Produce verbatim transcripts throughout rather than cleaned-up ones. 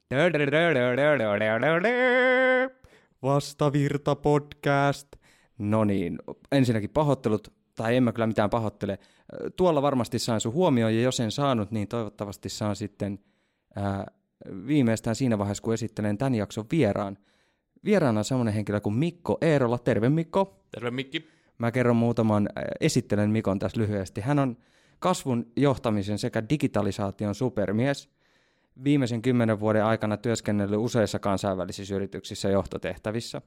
Vastavirta podcast. No niin, ensinnäkin pahoittelut, tai en mä kyllä mitään pahoittele. Tuolla varmasti sain sun huomioon, ja jos en saanut, niin toivottavasti saan sitten ää, viimeistään siinä vaiheessa, kun esittelen tämän jakson vieraan. Vieraana on semmoinen henkilö kuin Mikko Eerola. Terve Mikko. Terve Mikki. Mä kerron muutaman, esittelen Mikon tässä lyhyesti. Hän on kasvun johtamisen sekä digitalisaation supermies. Viimeisen kymmenen vuoden aikana työskennellyt useissa kansainvälisissä yrityksissä johtotehtävissä.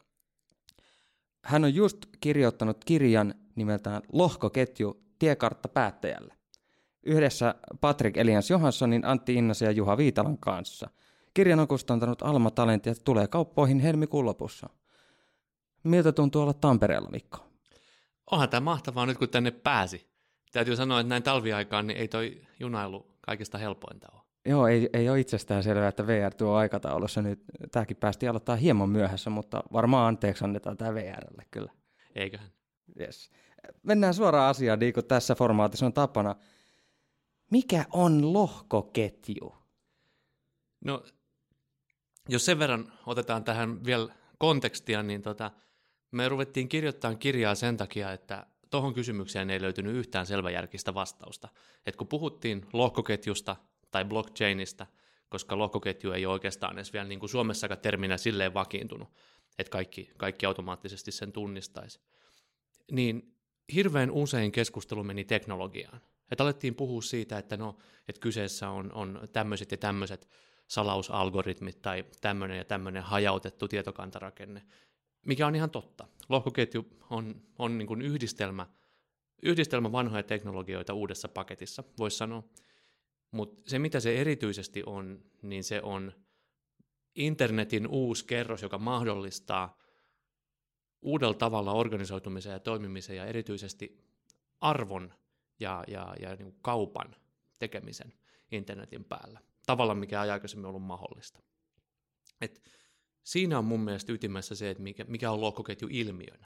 Hän on just kirjoittanut kirjan nimeltään Lohkoketju, tiekartta päättäjälle. Yhdessä Patrick Elias Johanssonin, Antti Innasen ja Juha Viitalan kanssa. Kirjan on kustantanut Alma Talent ja tulee kauppoihin helmikuun lopussa. Miltä tuntuu olla Tampereella, Mikko? Onhan tämä mahtavaa nyt, kun tänne pääsi. Täytyy sanoa, että näin talviaikaan niin ei toi junailu kaikista helpointa ole. Joo, ei, ei ole itsestään selvää, että V R tuo aikataulussa nyt. Tämäkin päästiin aloittaa hieman myöhässä, mutta varmaan anteeksi annetaan tämä V R:lle kyllä. Eiköhän. Yes. Mennään suoraan asiaan, niin kuin tässä formaatissa on tapana. Mikä on lohkoketju? No, jos sen verran otetaan tähän vielä kontekstia, niin tota, me ruvettiin kirjoittamaan kirjaa sen takia, että tuohon kysymykseen ei löytynyt yhtään selväjärkistä vastausta. Et kun puhuttiin lohkoketjusta tai blockchainista, koska lohkoketju ei ole oikeastaan edes vielä niin kuin Suomessakaan terminä silleen vakiintunut, että kaikki, kaikki automaattisesti sen tunnistaisi, niin hirveän usein keskustelu meni teknologiaan. Että alettiin puhua siitä, että, no, että kyseessä on, on tämmöiset ja tämmöiset salausalgoritmit tai tämmöinen ja tämmöinen hajautettu tietokantarakenne, mikä on ihan totta. Lohkoketju on, on niin kuin yhdistelmä, yhdistelmä vanhoja teknologioita uudessa paketissa, voisi sanoa. Mutta se, mitä se erityisesti on, niin se on internetin uusi kerros, joka mahdollistaa uudella tavalla organisoitumisen ja toimimisen ja erityisesti arvon ja, ja, ja niin kuin kaupan tekemisen internetin päällä. Tavalla, mikä ei aikaisemmin ollut mahdollista. Et siinä on mun mielestä ytimessä se, että mikä, mikä on lohkoketju ilmiönä.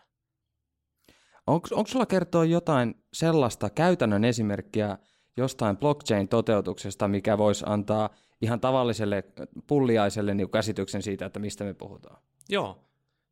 Onko sulla kertoa jotain sellaista käytännön esimerkkiä jostain blockchain-toteutuksesta, mikä voisi antaa ihan tavalliselle pulliaiselle niin käsityksen siitä, että mistä me puhutaan? Joo.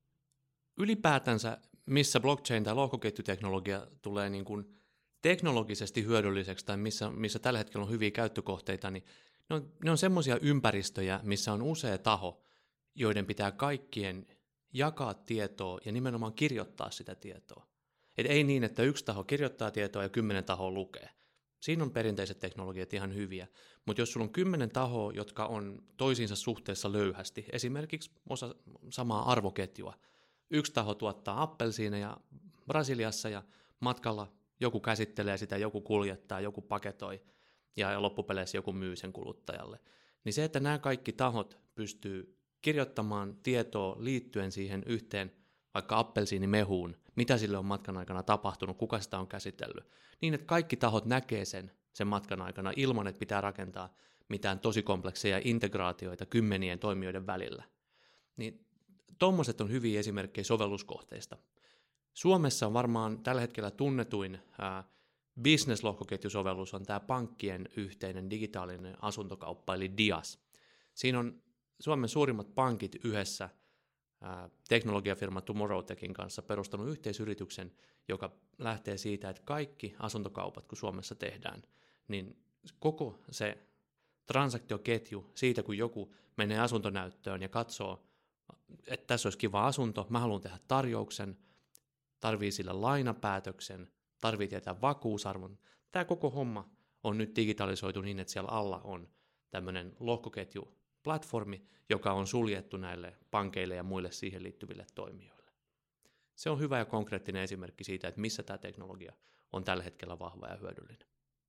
Ylipäätänsä, missä blockchain tai lohkoketjuteknologia tulee niin kuin teknologisesti hyödylliseksi tai missä, missä tällä hetkellä on hyviä käyttökohteita, niin ne on, ne on semmoisia ympäristöjä, missä on usea taho, joiden pitää kaikkien jakaa tietoa ja nimenomaan kirjoittaa sitä tietoa. Et ei niin, että yksi taho kirjoittaa tietoa ja kymmenen tahoa lukee. Siinä on perinteiset teknologiat ihan hyviä, mutta jos sulla on kymmenen tahoa, jotka on toisiinsa suhteessa löyhästi, esimerkiksi osa samaa arvoketjua, yksi taho tuottaa appelsiineja Brasiliassa ja matkalla joku käsittelee sitä, joku kuljettaa, joku paketoi ja loppupeleissä joku myy sen kuluttajalle, niin se, että nämä kaikki tahot pystyy kirjoittamaan tietoa liittyen siihen yhteen vaikka appelsiinimehuun, mitä sille on matkan aikana tapahtunut, kuka sitä on käsitellyt, niin että kaikki tahot näkee sen, sen matkan aikana ilman, että pitää rakentaa mitään tosi komplekseja integraatioita kymmenien toimijoiden välillä. Niin tuommoiset on hyviä esimerkkejä sovelluskohteista. Suomessa on varmaan tällä hetkellä tunnetuin ää, business-lohkoketjusovellus on tämä pankkien yhteinen digitaalinen asuntokauppa, eli Dias. Siinä on Suomen suurimmat pankit yhdessä ää, teknologiafirma TomorrowTechin kanssa perustanut yhteisyrityksen, joka lähtee siitä, että kaikki asuntokaupat, kun Suomessa tehdään, niin koko se transaktioketju siitä, kun joku menee asuntonäyttöön ja katsoo, että tässä olisi kiva asunto, mä haluan tehdä tarjouksen, tarvii sille lainapäätöksen, tarvii tietää vakuusarvon. Tämä koko homma on nyt digitalisoitu niin, että siellä alla on tämmöinen lohkoketjuplatformi, joka on suljettu näille pankeille ja muille siihen liittyville toimijoille. Se on hyvä ja konkreettinen esimerkki siitä, että missä tämä teknologia on tällä hetkellä vahva ja hyödyllinen.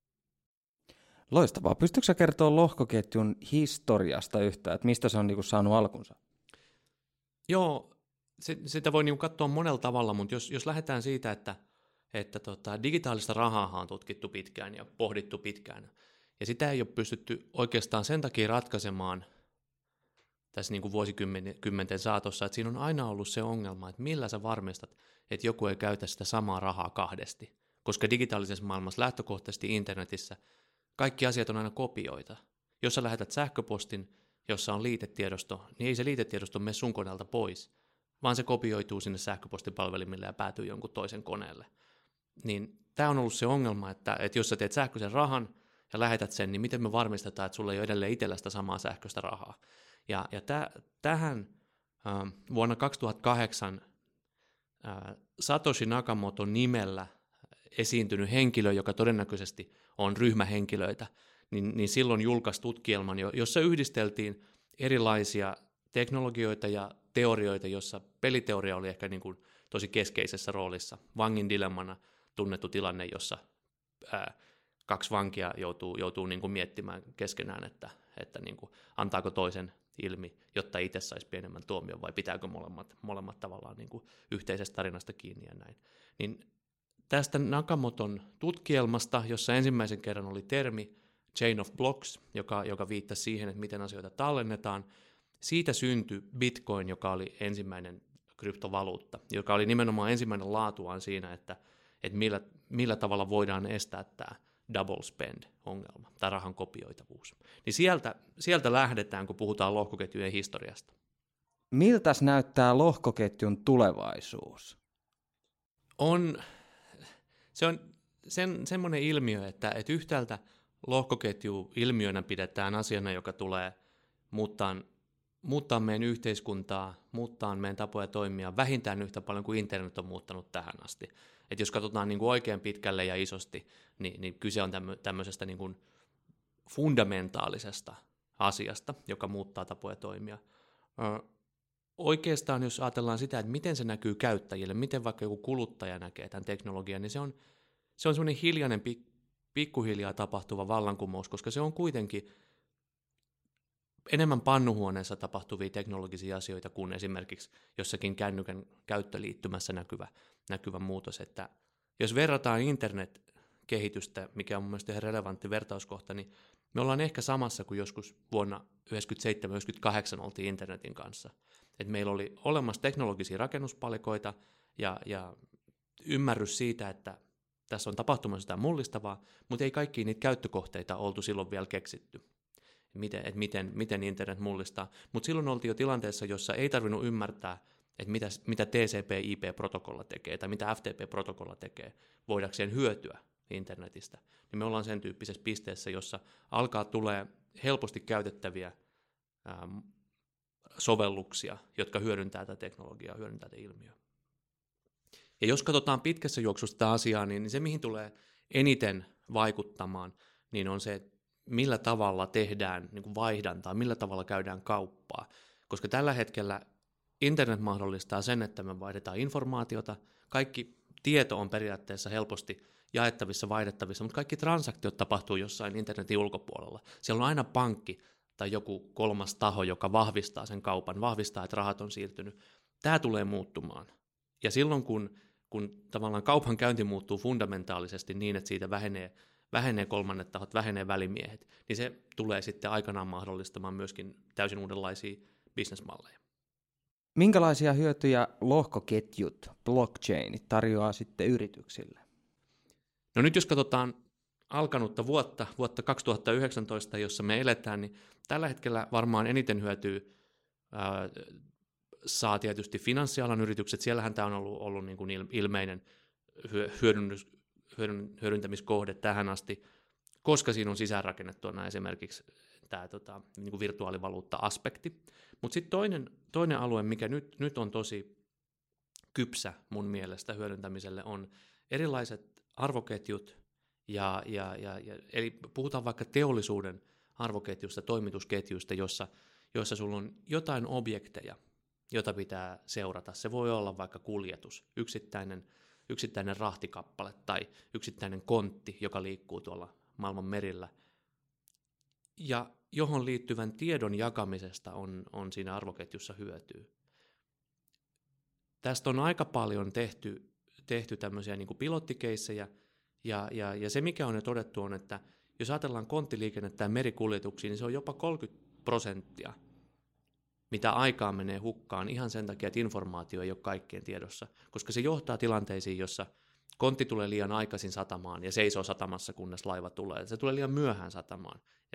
Loistavaa. Pystytkö sä kertoa lohkoketjun historiasta yhtään, että mistä se on niinku saanut alkunsa? Joo, sitä voi niinku katsoa monella tavalla, mutta jos, jos lähdetään siitä, että, että tota, digitaalista rahaa on tutkittu pitkään ja pohdittu pitkään, ja sitä ei ole pystytty oikeastaan sen takia ratkaisemaan tässä niinku vuosikymmenten saatossa, että siinä on aina ollut se ongelma, että millä sä varmistat, että joku ei käytä sitä samaa rahaa kahdesti, koska digitaalisessa maailmassa lähtökohtaisesti internetissä kaikki asiat on aina kopioita. Jos sä lähetät sähköpostin, jossa on liitetiedosto, niin ei se liitetiedosto mene sun koneelta pois, vaan se kopioituu sinne sähköpostipalvelimille ja päätyy jonkun toisen koneelle. Niin tämä on ollut se ongelma, että, että jos sä teet sähköisen rahan ja lähetät sen, niin miten me varmistetaan, että sulla ei ole edelleen itsellä sitä samaa sähköistä rahaa. Ja, ja täh, tähän äh, vuonna kaksituhattakahdeksan äh, Satoshi Nakamoto nimellä esiintynyt henkilö, joka todennäköisesti on ryhmähenkilöitä, niin, niin silloin julkaisi tutkielman, jossa yhdisteltiin erilaisia teknologioita ja teorioita, jossa peliteoria oli ehkä niin kuin tosi keskeisessä roolissa. Vangin dilemmana tunnettu tilanne, jossa ää, kaksi vankia joutuu, joutuu niin kuin miettimään keskenään, että, että niin kuin, antaako toisen ilmi, jotta itse saisi pienemmän tuomion, vai pitääkö molemmat, molemmat tavallaan niin kuin yhteisestä tarinasta kiinni ja näin. Niin tästä Nakamoton tutkielmasta, jossa ensimmäisen kerran oli termi Chain of Blocks, joka, joka viittasi siihen, että miten asioita tallennetaan, siitä syntyi Bitcoin, joka oli ensimmäinen kryptovaluutta, joka oli nimenomaan ensimmäinen laatuaan siinä, että, että millä, millä tavalla voidaan estää tämä double spend-ongelma tai rahan kopioitavuus. Niin sieltä, sieltä lähdetään, kun puhutaan lohkoketjujen historiasta. Miltäs näyttää lohkoketjun tulevaisuus? On, se on sen, semmoinen ilmiö, että, että yhtäältä lohkoketju ilmiönä pidetään asiana, joka tulee muuttaa, muuttaa meidän yhteiskuntaa, muuttaa meidän tapoja toimia vähintään yhtä paljon kuin internet on muuttanut tähän asti. Et jos katsotaan niin kuin oikein pitkälle ja isosti, niin, niin kyse on tämmö, tämmöisestä niin kuin fundamentaalisesta asiasta, joka muuttaa tapoja toimia. Ö, oikeastaan jos ajatellaan sitä, että miten se näkyy käyttäjille, miten vaikka joku kuluttaja näkee tämän teknologian, niin se on, se on semmoinen hiljainen, pikkuhiljaa tapahtuva vallankumous, koska se on kuitenkin enemmän pannuhuoneessa tapahtuvia teknologisia asioita kuin esimerkiksi jossakin kännykän käyttöliittymässä näkyvä, näkyvä muutos. Että jos verrataan internet-kehitystä, mikä on mun mielestä ihan relevantti vertauskohta, niin me ollaan ehkä samassa kuin joskus vuonna yhdeksänkymmentäseitsemän yhdeksänkymmentäkahdeksan oltiin internetin kanssa. Et meillä oli olemassa teknologisia rakennuspalikoita ja, ja ymmärrys siitä, että tässä on tapahtumassa sitä mullistavaa, mutta ei kaikkia niitä käyttökohteita oltu silloin vielä keksitty. Miten, että miten, miten internet mullistaa. Mutta silloin oltiin jo tilanteessa, jossa ei tarvinnut ymmärtää, että mitä, mitä T C P I P-protokolla tekee tai mitä F T P-protokolla tekee, voidakseen hyötyä internetistä. Niin me ollaan sen tyyppisessä pisteessä, jossa alkaa tulee helposti käytettäviä ähm, sovelluksia, jotka hyödyntää tätä teknologiaa, hyödyntää tätä ilmiöä. Ja jos katsotaan pitkässä juoksussa tätä asiaa, niin se mihin tulee eniten vaikuttamaan, niin on se, että millä tavalla tehdään niin kuin vaihdantaa, millä tavalla käydään kauppaa. Koska tällä hetkellä internet mahdollistaa sen, että me vaihdetaan informaatiota, kaikki tieto on periaatteessa helposti jaettavissa, vaihdettavissa, mutta kaikki transaktiot tapahtuu jossain internetin ulkopuolella. Siellä on aina pankki tai joku kolmas taho, joka vahvistaa sen kaupan, vahvistaa, että rahat on siirtynyt. Tämä tulee muuttumaan. Ja silloin, kun, kun tavallaan kaupan käynti muuttuu fundamentaalisesti niin, että siitä vähenee, vähenee kolmannet tahot, vähenee välimiehet, niin se tulee sitten aikanaan mahdollistamaan myöskin täysin uudenlaisia bisnesmalleja. Minkälaisia hyötyjä lohkoketjut, blockchainit tarjoaa sitten yrityksille? No nyt jos katsotaan alkanutta vuotta, vuotta kaksituhattayhdeksäntoista, jossa me eletään, niin tällä hetkellä varmaan eniten hyötyä ää, saa tietysti finanssialan yritykset. Siellähän tämä on ollut, ollut niin kuin ilmeinen hyödynnys, hyödyn, hyödyntämiskohde tähän asti, koska siinä on sisäänrakennettuna esimerkiksi tämä tota, niin kuin virtuaalivaluutta-aspekti. Mutta sitten toinen, toinen alue, mikä nyt, nyt on tosi kypsä mun mielestä hyödyntämiselle, on erilaiset arvoketjut, ja, ja, ja, ja, eli puhutaan vaikka teollisuuden arvoketjusta, toimitusketjuista, jossa, jossa sulla on jotain objekteja, jota pitää seurata. Se voi olla vaikka kuljetus, yksittäinen, yksittäinen rahtikappale tai yksittäinen kontti, joka liikkuu tuolla maailman merillä. Ja johon liittyvän tiedon jakamisesta on, on siinä arvoketjussa hyötyä. Tästä on aika paljon tehty, tehty tämmöisiä niin kuin pilottikeissejä, ja, ja, ja se mikä on jo todettu on, että jos ajatellaan konttiliikennettä ja merikuljetuksia, niin se on jopa kolmekymmentä prosenttia, mitä aikaa menee hukkaan ihan sen takia, että informaatio ei ole kaikkien tiedossa, koska se johtaa tilanteisiin, jossa kontti tulee liian aikaisin satamaan ja seisoo satamassa, kunnes laiva tulee. Se tulee liian myöhään satamaan ja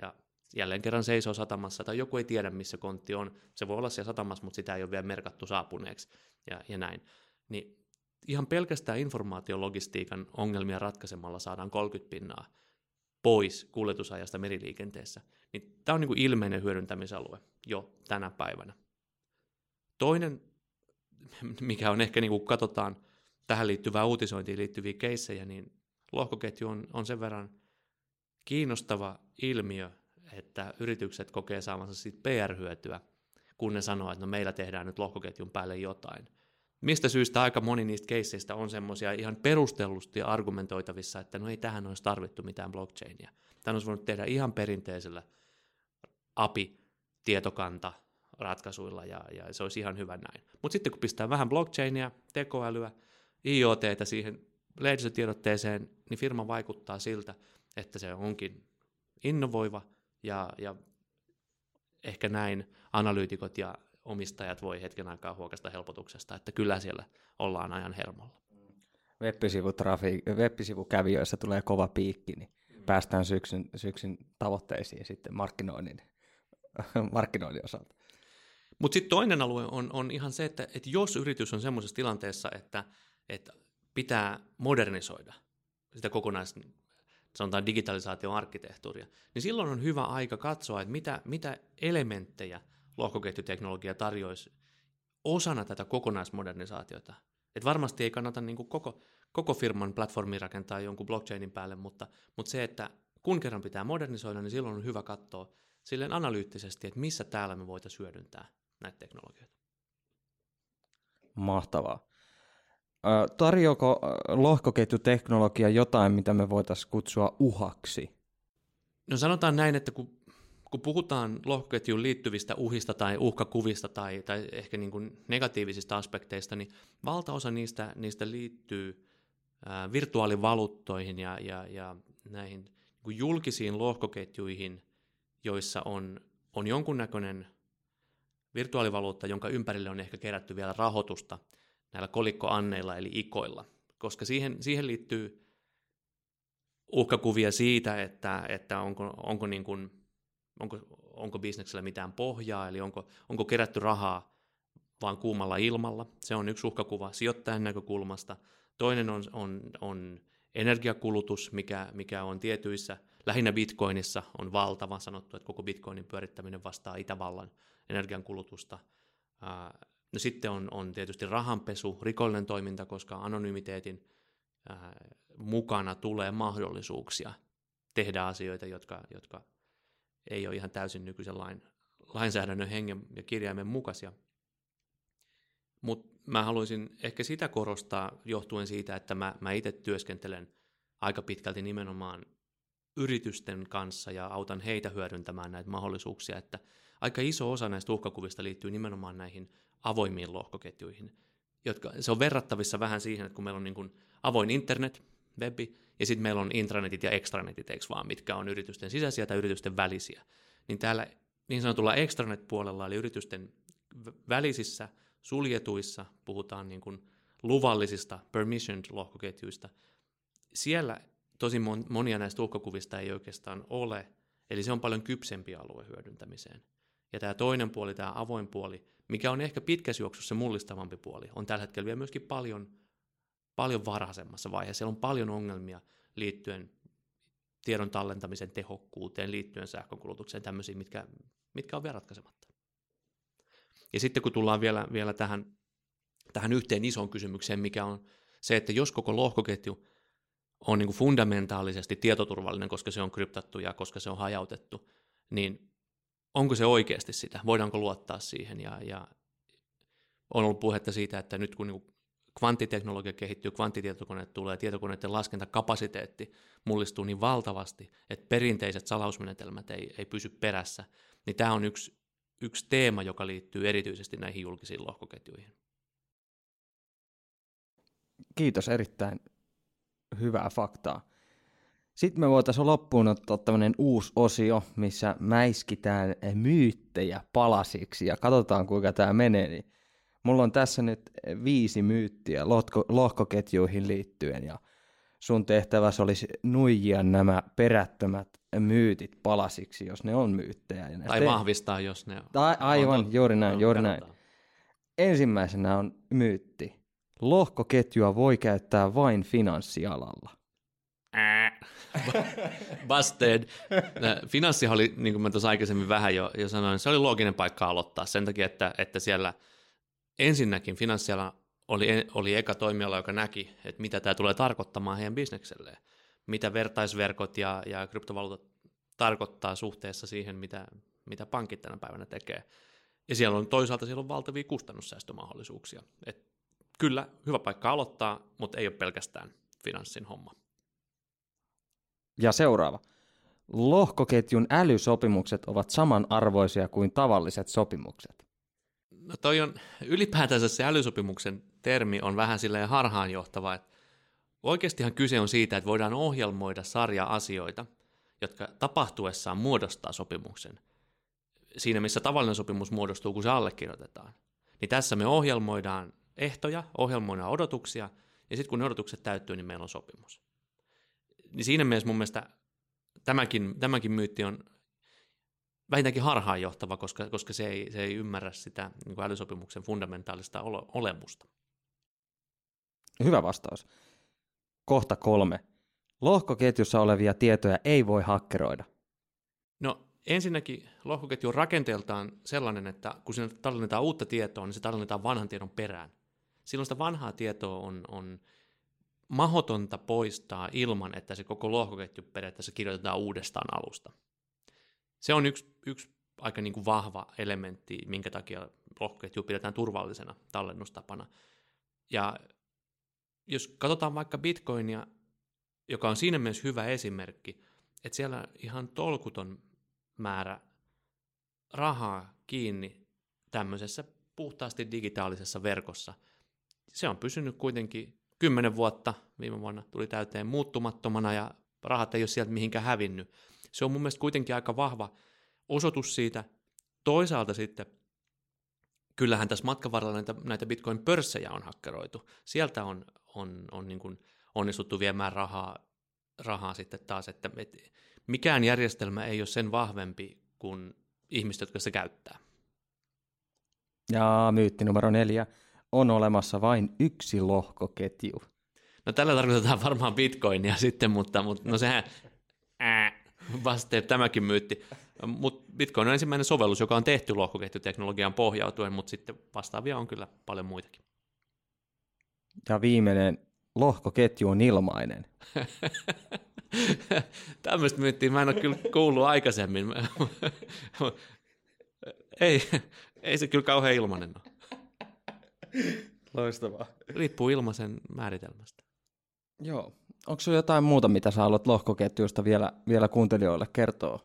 jälleen kerran seisoo satamassa, tai joku ei tiedä, missä kontti on. Se voi olla siellä satamassa, mutta sitä ei ole vielä merkattu saapuneeksi, ja, ja näin. Niin ihan pelkästään informaatiologistiikan ongelmia ratkaisemalla saadaan kolmekymmentä pinnaa pois kuljetusajasta meriliikenteessä. Niin tämä on niin kuin ilmeinen hyödyntämisalue jo tänä päivänä. Toinen, mikä on ehkä, niin kuin katsotaan tähän liittyvää uutisointiin liittyviä keissejä, niin lohkoketju on, on sen verran kiinnostava ilmiö, että yritykset kokee saavansa siitä P R-hyötyä, kun ne sanoo, että no meillä tehdään nyt lohkoketjun päälle jotain. Mistä syystä aika moni niistä keisseistä on semmoisia ihan perustellusti argumentoitavissa, että no ei tähän olisi tarvittu mitään blockchainia. Tämän olisi voinut tehdä ihan perinteisellä A P I-tietokanta ratkaisuilla ja, ja se olisi ihan hyvä näin. Mutta sitten kun pistää vähän blockchainia, tekoälyä, I O T:tä siihen lehdistötiedotteeseen, niin firma vaikuttaa siltä, että se onkin innovoiva ja, ja ehkä näin analyytikot ja omistajat voi hetken aikaa huokasta helpotuksesta, että kyllä siellä ollaan ajan hermolla. Web-sivutrafi- web-sivukävijöissä tulee kova piikki, niin mm. päästään syksyn, syksyn tavoitteisiin sitten markkinoinnin, markkinoinnin osalta. Mutta sitten toinen alue on, on ihan se, että, että jos yritys on semmoisessa tilanteessa, että, että pitää modernisoida sitä kokonaista, sanotaan digitalisaation arkkitehtuuria, niin silloin on hyvä aika katsoa, että mitä, mitä elementtejä lohkoketjuteknologia tarjoaisi osana tätä kokonaismodernisaatiota. Et varmasti ei kannata niin kuin koko, koko firman platformi rakentaa jonkun blockchainin päälle, mutta, mutta se, että kun kerran pitää modernisoida, niin silloin on hyvä katsoa silleen analyyttisesti, että missä täällä me voitaisiin hyödyntää näitä teknologioita. Mahtavaa. Tarjoako lohkoketjuteknologia jotain, mitä me voitaisiin kutsua uhaksi? No sanotaan näin, että kun, kun puhutaan lohkoketjuun liittyvistä uhista tai uhkakuvista tai, tai ehkä niin kuin negatiivisista aspekteista, niin valtaosa niistä, niistä liittyy ää, virtuaalivaluuttoihin ja, ja, ja näihin niin kuin julkisiin lohkoketjuihin, joissa on, on jonkunnäköinen virtuaalivaluutta, jonka ympärille on ehkä kerätty vielä rahoitusta näillä kolikkoanneilla eli ikoilla, koska siihen, siihen liittyy uhkakuvia siitä, että, että onko, onko, niin kuin, onko, onko bisneksellä mitään pohjaa, eli onko, onko kerätty rahaa vaan kuumalla ilmalla. Se on yksi uhkakuva sijoittajan näkökulmasta. Toinen on, on, on energiakulutus, mikä, mikä on tietyissä, lähinnä Bitcoinissa on valtava, sanottu, että koko Bitcoinin pyörittäminen vastaa Itävallan energiankulutusta. No sitten on, on tietysti rahanpesu, rikollinen toiminta, koska anonymiteetin ää, mukana tulee mahdollisuuksia tehdä asioita, jotka, jotka ei ole ihan täysin nykyisen lain, lainsäädännön hengen ja kirjaimen mukaisia. Mutta mä haluaisin ehkä sitä korostaa johtuen siitä, että mä, mä itse työskentelen aika pitkälti nimenomaan yritysten kanssa ja autan heitä hyödyntämään näitä mahdollisuuksia, että aika iso osa näistä uhkakuvista liittyy nimenomaan näihin avoimiin lohkoketjuihin, jotka, se on verrattavissa vähän siihen, että kun meillä on niin kuin avoin internet, webi, ja sitten meillä on intranetit ja extranetit, eikö vaan, mitkä on yritysten sisäisiä tai yritysten välisiä. Niin täällä niin sanotulla extranet-puolella, eli yritysten välisissä suljetuissa, puhutaan niin kuin luvallisista permissioned lohkoketjuista, siellä tosi monia näistä uhkakuvista ei oikeastaan ole, eli se on paljon kypsempi alue hyödyntämiseen. Ja tämä toinen puoli, tämä avoin puoli, mikä on ehkä pitkässä juoksussa se mullistavampi puoli, on tällä hetkellä vielä myöskin paljon, paljon varhaisemmassa vaiheessa. Siellä on paljon ongelmia liittyen tiedon tallentamisen tehokkuuteen, liittyen sähkönkulutukseen, tämmöisiä, mitkä, mitkä on vielä ratkaisematta. Ja sitten kun tullaan vielä, vielä tähän, tähän yhteen isoon kysymykseen, mikä on se, että jos koko lohkoketju on niin kuin fundamentaalisesti tietoturvallinen, koska se on kryptattu ja koska se on hajautettu, niin onko se oikeasti sitä? Voidaanko luottaa siihen? Ja, ja on ollut puhetta siitä, että nyt kun niin kuin kvanttiteknologia kehittyy, kvanttitietokoneet tulee, tietokoneiden laskentakapasiteetti mullistuu niin valtavasti, että perinteiset salausmenetelmät ei, ei pysy perässä, niin tämä on yksi, yksi teema, joka liittyy erityisesti näihin julkisiin lohkoketjuihin. Kiitos, erittäin hyvää faktaa. Sitten me voitaisiin loppuun ottaa tämmöinen uusi osio, missä mäiskitään myyttejä palasiksi ja katsotaan kuinka tämä menee. Niin mulla on tässä nyt viisi myyttiä lohko- lohkoketjuihin liittyen ja sun tehtäväsi olisi nuijia nämä perättömät myytit palasiksi, jos ne on myyttejä. Ja tai te... vahvistaa, jos ne on. Tai, aivan, on, juuri näin, on, juuri näin. Ensimmäisenä on myytti. Lohkoketjua voi käyttää vain finanssialalla. Busted. Finanssihan oli, niin kuin mä tuossa aikaisemmin vähän jo, jo sanoin, se oli looginen paikka aloittaa sen takia, että, että siellä ensinnäkin finanssiala oli, oli eka toimiala, joka näki, että mitä tämä tulee tarkoittamaan heidän bisnekselleen. Mitä vertaisverkot ja, ja kryptovaluutat tarkoittaa suhteessa siihen, mitä, mitä pankit tänä päivänä tekee. Ja siellä on toisaalta siellä on valtavia kustannussäästömahdollisuuksia. Et kyllä, hyvä paikka aloittaa, mutta ei ole pelkästään finanssin homma. Ja seuraava. Lohkoketjun älysopimukset ovat samanarvoisia kuin tavalliset sopimukset. No toi on, ylipäätänsä se älysopimuksen termi on vähän silleen harhaanjohtava, että oikeastihan kyse on siitä, että voidaan ohjelmoida sarja asioita, jotka tapahtuessaan muodostaa sopimuksen. Siinä, missä tavallinen sopimus muodostuu, kun se allekirjoitetaan. Niin tässä me ohjelmoidaan ehtoja, ohjelmoidaan odotuksia, ja sitten kun ne odotukset täyttyy, niin meillä on sopimus. Niin siinä mielessä mun mielestä tämäkin, tämäkin myytti on vähintäänkin harhaanjohtava, koska, koska se, ei, se ei ymmärrä sitä niin kuin älysopimuksen fundamentaalista ole, olemusta. Hyvä vastaus. Kohta kolme. Lohkoketjussa olevia tietoja ei voi hakkeroida. No ensinnäkin lohkoketju on rakenteeltaan sellainen, että kun sinne tallennetaan uutta tietoa, niin se tallennetaan vanhan tiedon perään. Silloin sitä vanhaa tietoa on, on mahdotonta poistaa ilman, että se koko lohkoketju periaatteessa kirjoitetaan uudestaan alusta. Se on yksi, yksi aika niin kuin vahva elementti, minkä takia lohkoketju pidetään turvallisena tallennustapana. Ja jos katsotaan vaikka Bitcoinia, joka on siinä mielessä hyvä esimerkki, että siellä ihan tolkuton määrä rahaa kiinni tämmöisessä puhtaasti digitaalisessa verkossa. Se on pysynyt kuitenkin kymmenen vuotta, viime vuonna tuli täyteen muuttumattomana ja rahat ei ole sieltä mihinkään hävinnyt. Se on mun mielestä kuitenkin aika vahva osoitus siitä. Toisaalta sitten, kyllähän tässä matkan varrella näitä, näitä Bitcoin-pörssejä on hakkeroitu. Sieltä on, on, on niin kuin onnistuttu viemään rahaa, rahaa sitten taas, että et, mikään järjestelmä ei ole sen vahvempi kuin ihmiset, jotka se käyttää. Ja myytti numero neljä. On olemassa vain yksi lohkoketju. No tällä tarkoitetaan varmaan Bitcoinia sitten, mutta, mutta no sehän ää, vasteet tämäkin myytti. Mut Bitcoin on ensimmäinen sovellus, joka on tehty lohkoketjuteknologiaan pohjautuen, mutta sitten vastaavia on kyllä paljon muitakin. Ja viimeinen, lohkoketju on ilmainen. Tämmöistä myyttiä mä en ole kyllä kuullut aikaisemmin. ei, ei se kyllä kauhean ilmainen ole. Loistavaa. Riippuu ilmaisen määritelmästä. Joo. Onko sinulla jotain muuta, mitä sä haluat lohkoketjuista vielä, vielä kuuntelijoille kertoa?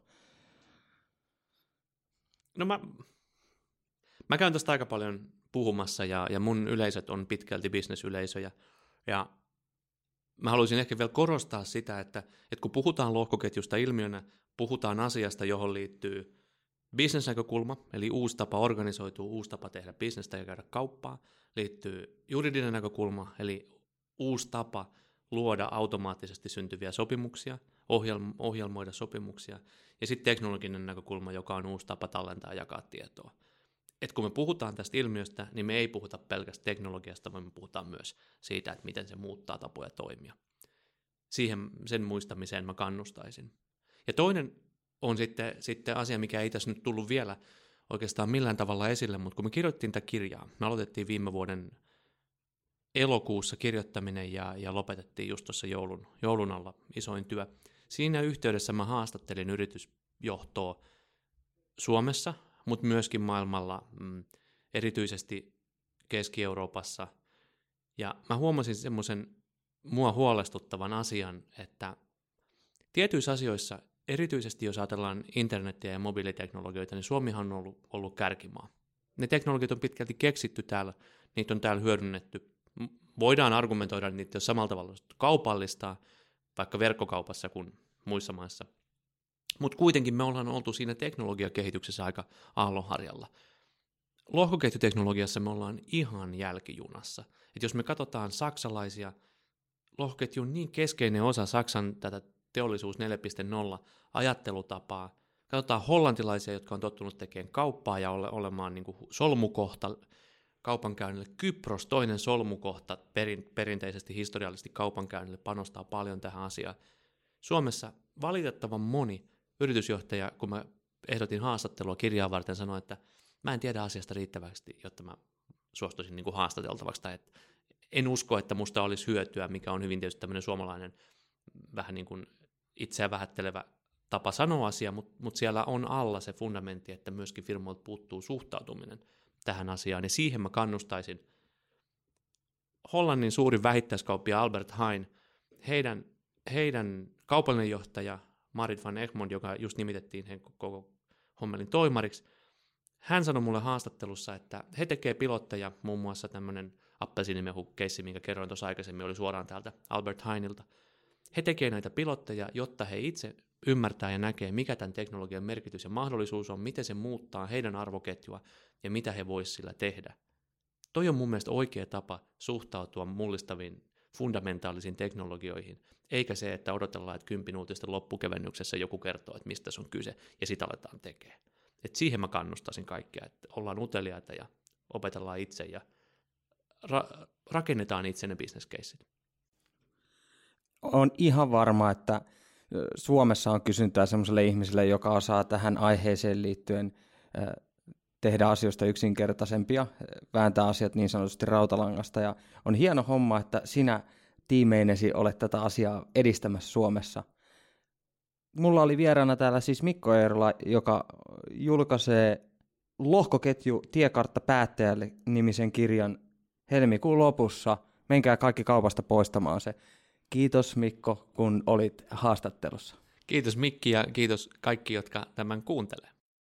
No mä, mä käyn tästä aika paljon puhumassa ja, ja mun yleisöt on pitkälti bisnesyleisöjä. Ja mä haluaisin ehkä vielä korostaa sitä, että, että kun puhutaan lohkoketjusta ilmiönä, puhutaan asiasta, johon liittyy bisnesnäkökulma, eli uusi tapa organisoitua, uusi tapa tehdä bisnestä ja käydä kauppaa, liittyy juridinen näkökulma, eli uusi tapa luoda automaattisesti syntyviä sopimuksia, ohjelmo- ohjelmoida sopimuksia, ja sitten teknologinen näkökulma, joka on uusi tapa tallentaa ja jakaa tietoa. Et kun me puhutaan tästä ilmiöstä, niin me ei puhuta pelkästään teknologiasta, vaan me puhutaan myös siitä, että miten se muuttaa tapoja toimia. Siihen sen muistamiseen mä kannustaisin. Ja toinen on sitten, sitten asia, mikä ei tässä nyt tullut vielä oikeastaan millään tavalla esille, mutta kun me kirjoittiin tätä kirjaa, me aloitettiin viime vuoden elokuussa kirjoittaminen ja, ja lopetettiin just tuossa joulun, joulun alla isoin työ. Siinä yhteydessä mä haastattelin yritysjohtoa Suomessa, mutta myöskin maailmalla, mm, erityisesti Keski-Euroopassa. Ja mä huomasin semmoisen mua huolestuttavan asian, että tietyissä asioissa, erityisesti jos ajatellaan internetiä ja mobiiliteknologioita, niin Suomihan on ollut, ollut kärkimaa. Ne teknologiat on pitkälti keksitty täällä, niitä on täällä hyödynnetty. Voidaan argumentoida, että niitä on samalla tavalla kaupallistaa, vaikka verkkokaupassa kuin muissa maissa. Mutta kuitenkin me ollaan oltu siinä teknologiakehityksessä aika aallonharjalla. Lohkoketjuteknologiassa me ollaan ihan jälkijunassa. Et jos me katsotaan saksalaisia lohkoketju on niin keskeinen osa Saksan tätä teollisuus neljä piste nolla ajattelutapaa. Katsotaan hollantilaisia, jotka on tottunut tekemään kauppaa ja ole, olemaan niin kuin solmukohta kaupankäynnille. Kypros, toinen solmukohta perin, perinteisesti historiallisesti kaupankäynnille, panostaa paljon tähän asiaan. Suomessa valitettavan moni yritysjohtaja, kun mä ehdotin haastattelua kirjaa varten, sanoi, että mä en tiedä asiasta riittävästi, jotta mä suostuisin niin kuin haastateltavaksi. Tai että en usko, että musta olisi hyötyä, mikä on hyvin tietysti tämmöinen suomalainen vähän niin kuin itseä vähättelevä tapa sanoa asia, mutta mut siellä on alla se fundamentti, että myöskin firmoilta puuttuu suhtautuminen tähän asiaan, ja siihen mä kannustaisin. Hollannin suurin vähittäiskauppia Albert Heijn, heidän, heidän kaupallinen johtaja Marit van Egmond, joka just nimitettiin he koko hommelin toimariksi, hän sanoi mulle haastattelussa, että he tekee pilotteja, muun muassa tämmöinen appelsiinimehu-keissi, minkä kerroin tuossa aikaisemmin, oli suoraan täältä Albert Heijnilta. He tekee näitä pilotteja, jotta he itse ymmärtää ja näkee, mikä tämän teknologian merkitys ja mahdollisuus on, miten se muuttaa heidän arvoketjua ja mitä he voisivat sillä tehdä. Toi on mun mielestä oikea tapa suhtautua mullistaviin fundamentaalisiin teknologioihin, eikä se, että odotellaan, että kympin uutisten loppukevennyksessä joku kertoo, että mistä se on kyse, ja sitä aletaan tekemään. Et siihen mä kannustaisin kaikkea, että ollaan uteliaita ja opetellaan itse ja ra- rakennetaan itse ne business caseit. On ihan varma, että Suomessa on kysyntää sellaiselle ihmiselle, joka osaa tähän aiheeseen liittyen tehdä asioista yksinkertaisempia, vääntää asiat niin sanotusti rautalangasta. Ja on hieno homma, että sinä tiimeinesi olet tätä asiaa edistämässä Suomessa. Mulla oli vieraana täällä siis Mikko Eerola, joka julkaisee Lohkoketju tiekartta päättäjälle -nimisen kirjan helmikuun lopussa. Menkää kaikki kaupasta poistamaan se. Kiitos Mikko, kun olit haastattelussa. Kiitos Mikki ja kiitos kaikki, jotka tämän kuuntelee.